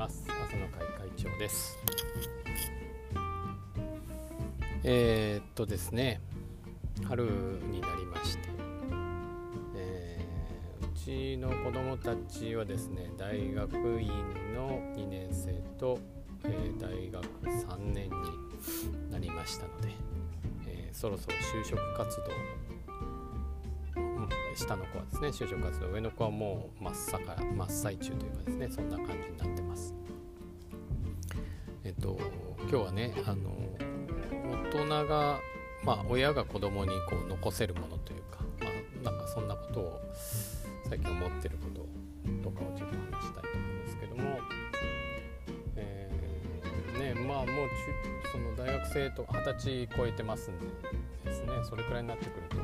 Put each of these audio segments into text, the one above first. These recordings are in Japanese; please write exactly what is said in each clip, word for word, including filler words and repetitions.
ます。朝の会会長です。えー、っとですね春になりまして、えー、うちの子供たちはですね大学院のにねん生と、えー、大学さんねんになりましたので、えー、そろそろ就職活動、下の子はですね就職活動、上の子はもう真っ盛ら真っ最中というかですね、そんな感じになってます。えっと今日はねあの大人がまあ親が子供にこう残せるものというか、まあなんかそんなことを最近思ってることとかをちょっと話したいと思うんですけども、えー、ねまあもう中その大学生とはたち超えてますんでですね、それくらいになってくると、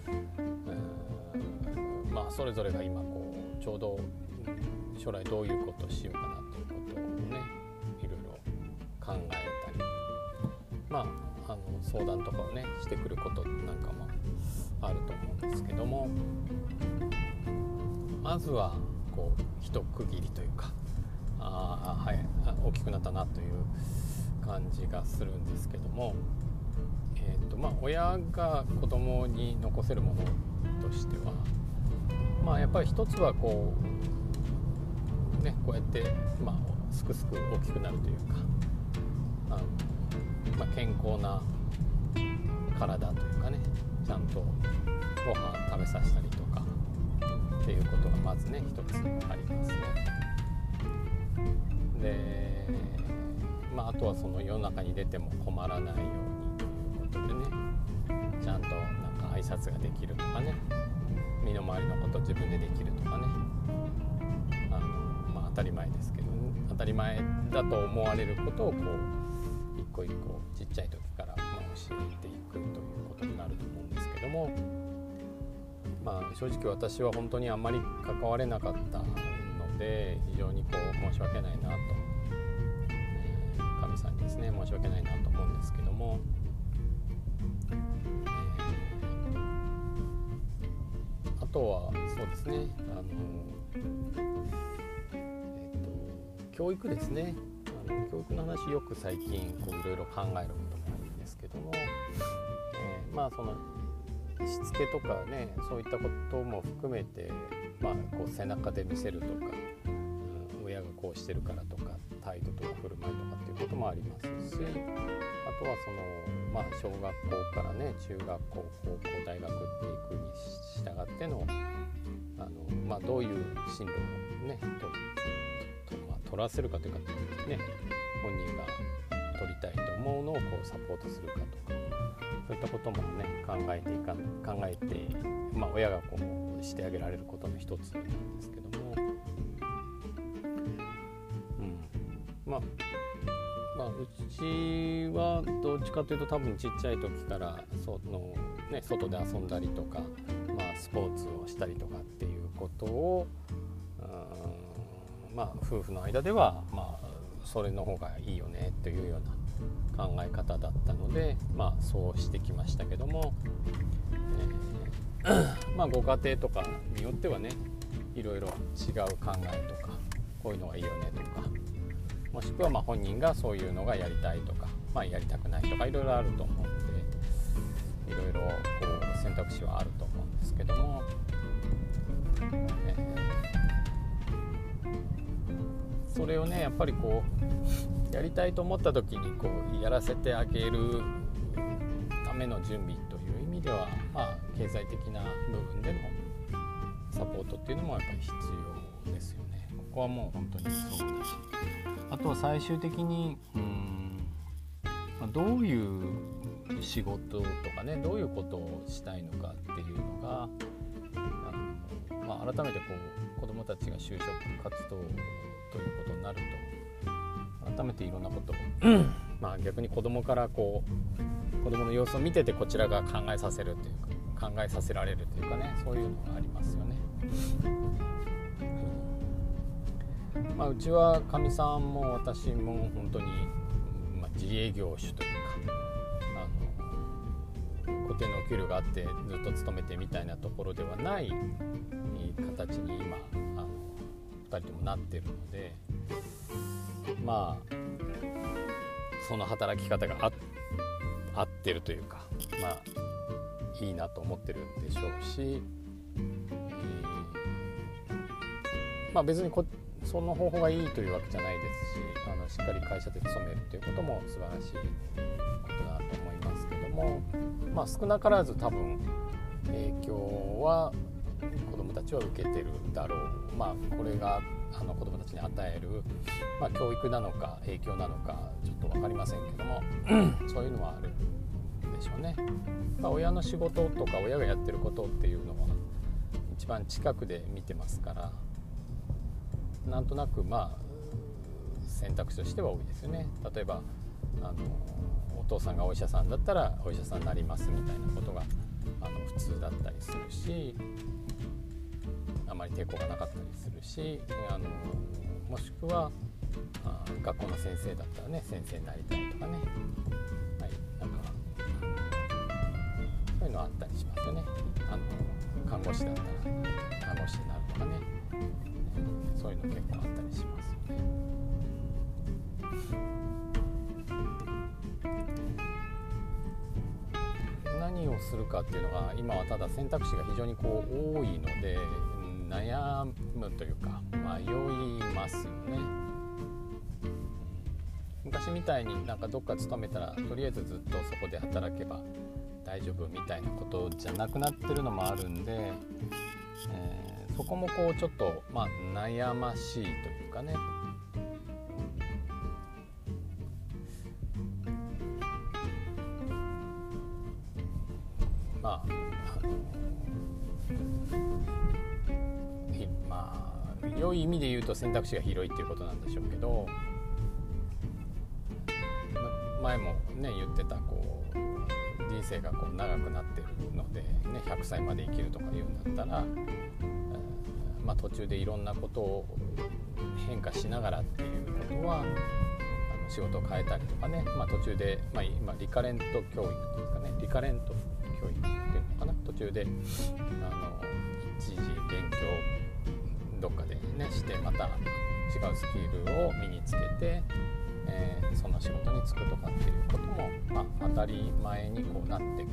まあそれぞれが今こうちょうど将来どういうことをしようかなということをねいろいろ考えたり、まああの相談とかをねしてくることなんかもあると思うんですけども、まずはこう一区切りというか、ああはい大きくなったなという感じがするんですけども、えーとまあ親が子供に残せるものとしては、まあやっぱり一つはこうねこうやってまあすくすく大きくなるというか、あの、まあ、健康な体というかね、ちゃんとご飯食べさせたりとかっていうことがまずね一つありますね。で、まああとはその世の中に出ても困らないようにということでね、ちゃんとなんか挨拶ができるとかね、身の回りのこと自分でできるとかね、あの、まあ、当たり前ですけど、ね、当たり前だと思われることをこう一個一個ちっちゃい時からまあ教えていくということになると思うんですけども、まあ、正直私は本当にあんまり関われなかったので非常にこう申し訳ないなと、えー、神さんにですね申し訳ないなと思うんですけども、あとはそうですね、あの、えーと、教育ですね。あの教育の話よく最近こういろいろ考えることもあるんですけども、えー、まあそのしつけとかね、そういったことも含めて、まあ、こう背中で見せるとか、うん、親がこうしてるからとか態度とか振る舞いとかっていうこともありますし、あとはその、まあ、小学校からね中学校高校大学っていくに従っての、あの、まあ、どういう進路をねとと、まあ、取らせるかというかね、本人が取りたいと思うのをこうサポートするかとか、そういったこともね考えていか考えて、まあ、親がこうしてあげられることの一つなんですけども、うん、まあまあうちはどっちかというと多分ちっちゃい時からその、ね、外で遊んだりとか、まあ、スポーツをしたりとかっていうことを、うん、まあ夫婦の間ではまあそれの方がいいよねというような考え方だったので、まあそうしてきましたけども、えー、まあご家庭とかによってはねいろいろ違う考えとかこういうのがいいよねとか、もしくはまあ本人がそういうのがやりたいとか、まあ、やりたくないとかいろいろあると思うので、いろいろこう選択肢はあると思うんですけども、えー、それをねやっぱりこうやりたいと思った時にこうやらせてあげるための準備という意味では、まあ、経済的な部分でのサポートっていうのもやっぱり必要ですよね。ここはもう本当にそうだし、あとは最終的にうーん、まあ、どういう仕事とかねどういうことをしたいのかっていうのが、あの、まあ、改めてこう子どもたちが就職活動ということになると改めていろんなことをまあ逆に子供からこう子供の様子を見ててこちらが考えさせるというか考えさせられるというかね、そういうのがありますよね。まあ、うちはかみさんも私も本当に、まあ、自営業種というか、あの固定のお給料があってずっと勤めてみたいなところではない形に今あのふたりともなっているので、 まあその働き方があ合ってるというか、まあいいなと思ってるんでしょうし、えー、まあ別にこその方法がいいというわけじゃないですし、あのしっかり会社で勤めるということも素晴らしいことだと思いますけども、まあ少なからず多分影響は子どもたちは受けてるだろう。まあこれがあの子どもたちに与える、まあ、教育なのか影響なのかちょっと分かりませんけどもそういうのはあるでしょうね。まあ、親の仕事とか親がやってることっていうのは一番近くで見てますから、なんとなくまあ選択肢としては多いですよね。例えばあのお父さんがお医者さんだったらお医者さんになりますみたいなことがあの普通だったりするし、あまり抵抗がなかったりするし、あのもしくはあ学校の先生だったらね先生になりたいとかね、はい、なんかそういうのあったりしますよね。あの看護師だったら看護師になるとかね、そういうの結構あったりしますよね。何をするかっていうのが今はただ選択肢が非常にこう多いので悩むというか迷いますよね。昔みたいになんかどっか勤めたらとりあえずずっとそこで働けば大丈夫みたいなことじゃなくなってるのもあるんで、えー、そこもこうちょっと、まあ、悩ましいというかね、まあ、あのまあ良い意味で言うと選択肢が広いっていうことなんでしょうけど、前もね言ってたこう人生がこう長くなってるので、ね、ひゃくさいまで生きるとか言うんだったら、えーまあ、途中でいろんなことを変化しながらっていうことはあの仕事を変えたりとかね、まあ、途中で、まあ、今リカレント教育ですかね、リカレント教育っていうのかな、途中であの一時勉強どっかでねしてまた違うスキルを身につけて、えー、その仕事に就くとかっていうことも、まあ、当たり前にこうなってくる、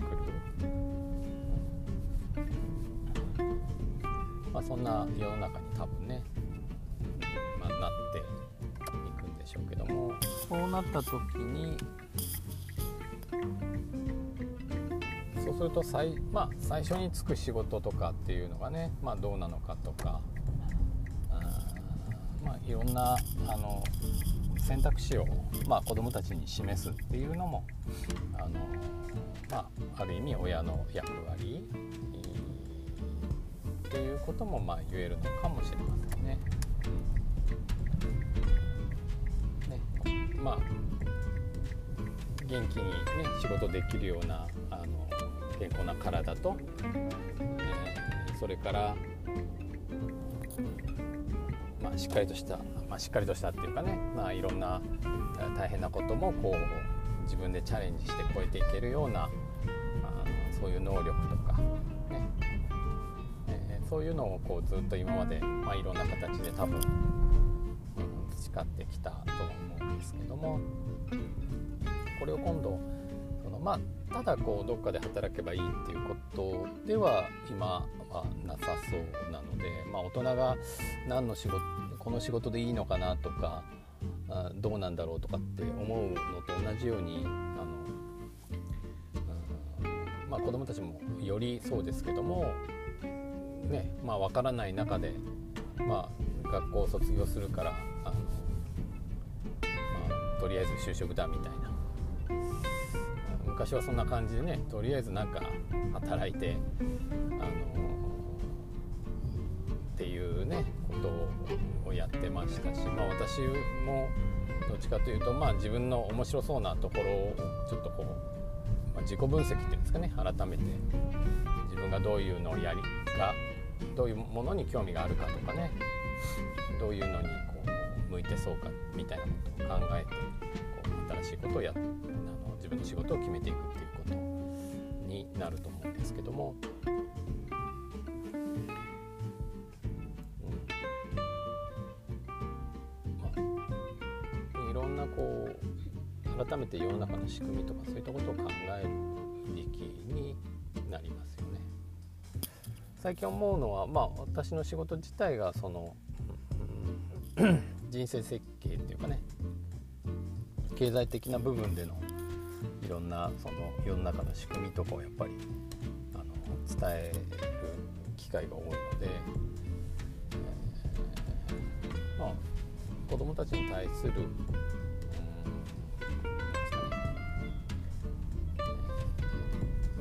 まあ、そんな世の中に多分ね、まあ、なっていくんでしょうけども、そうなった時にそうすると 最,、まあ、最初に就く仕事とかっていうのがね、まあ、どうなのかとか、まあ、いろんなあの選択肢を、まあ、子どもたちに示すっていうのもあの、まあ、ある意味親の役割っていうこともまあ言えるのかもしれませんね。ね、まあ元気にね仕事できるようなあの健康な体と、えー、それからまあ、しっかりとした、まあ、しっかりとしたっていうかね、まあ、いろんな大変なこともこう自分でチャレンジして超えていけるようなあそういう能力とか、ねえー、そういうのをこうずっと今まで、まあ、いろんな形で多分、うん、培ってきたと思うんですけども、これを今度その、まあ、ただこうどっかで働けばいいっていうことでは今はなさそうなので、まあ、大人が何の仕事この仕事でいいのかなとかあどうなんだろうとかって思うのと同じようにあの、うんまあ、子どもたちもよりそうですけども、ねまあ、分からない中で、まあ、学校を卒業するからあの、まあ、とりあえず就職だみたいな、昔はそんな感じでね、とりあえずなんか働いてあのっていうねことをやってましたし、まあ、私もどっちかというと、まあ、自分の面白そうなところをちょっとこう、まあ、自己分析っていうんですかね、改めて自分がどういうのをやりかどういうものに興味があるかとかね、どういうのにこう向いてそうかみたいなことを考えてこう新しいことをやってあの自分の仕事を決めていくっていうことになると思うんですけども、 改めて世の中の仕組みとかそういったことを考える時期になりますよね。最近思うのは、まあ、私の仕事自体がその、うん、人生設計っていうかね、経済的な部分でのいろんなその世の中の仕組みとかをやっぱりあの伝える機会が多いので、えーまあ、子どもたちに対する、うん、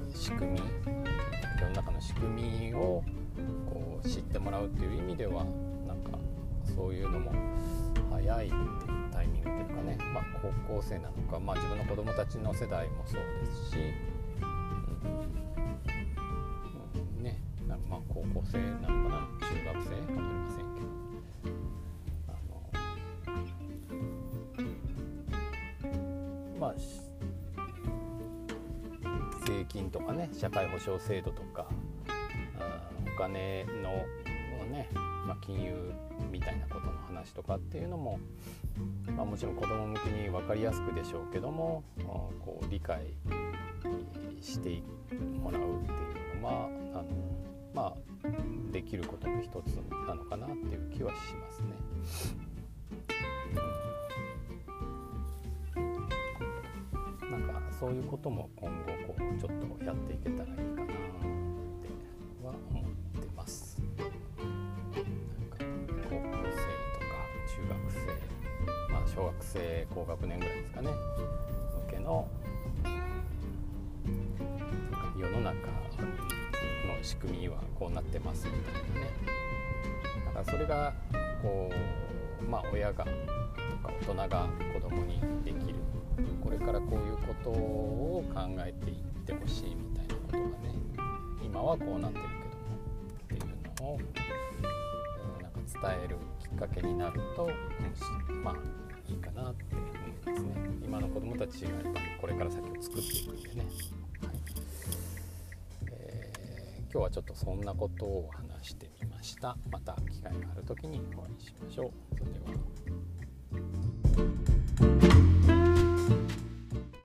仕組み、世の中の仕組みをこう知ってもらうっていう意味では、なんかそういうのも早いタイミングというかね、まあ、高校生なのか、まあ、自分の子どもたちの世代もそうですし、うんうん、ね、なんかまあ高校生なのかな、中学生わかりませんけど、あのまあ税金とかね、社会保障制度とか、あお金のね、まあ、金融みたいなことの話とかっていうのも、まあ、もちろん子ども向けに分かりやすくでしょうけども、こう理解してもらうっていうのはあの、まあ、できることの一つなのかなっていう気はしますね。なんかそういうことも今後こうちょっとやっていけたらいいかなっては思ってます。中学生、まあ、小学生高学年ぐらいですかね向けの世の中の仕組みはこうなってますみたいなね。だからそれがこう、まあ、親がとか大人が子供にできる、これからこういうことを考えていってほしいみたいなことがね、今はこうなってるけどもっていうのを伝えるきっかけになると、まあいいかなって思いますね。今の子どもたちがやっぱりこれから先を作っていくんでね、はい、えー、今日はちょっとそんなことを話してみました。また機会がある時にお会いしましょう。それでは。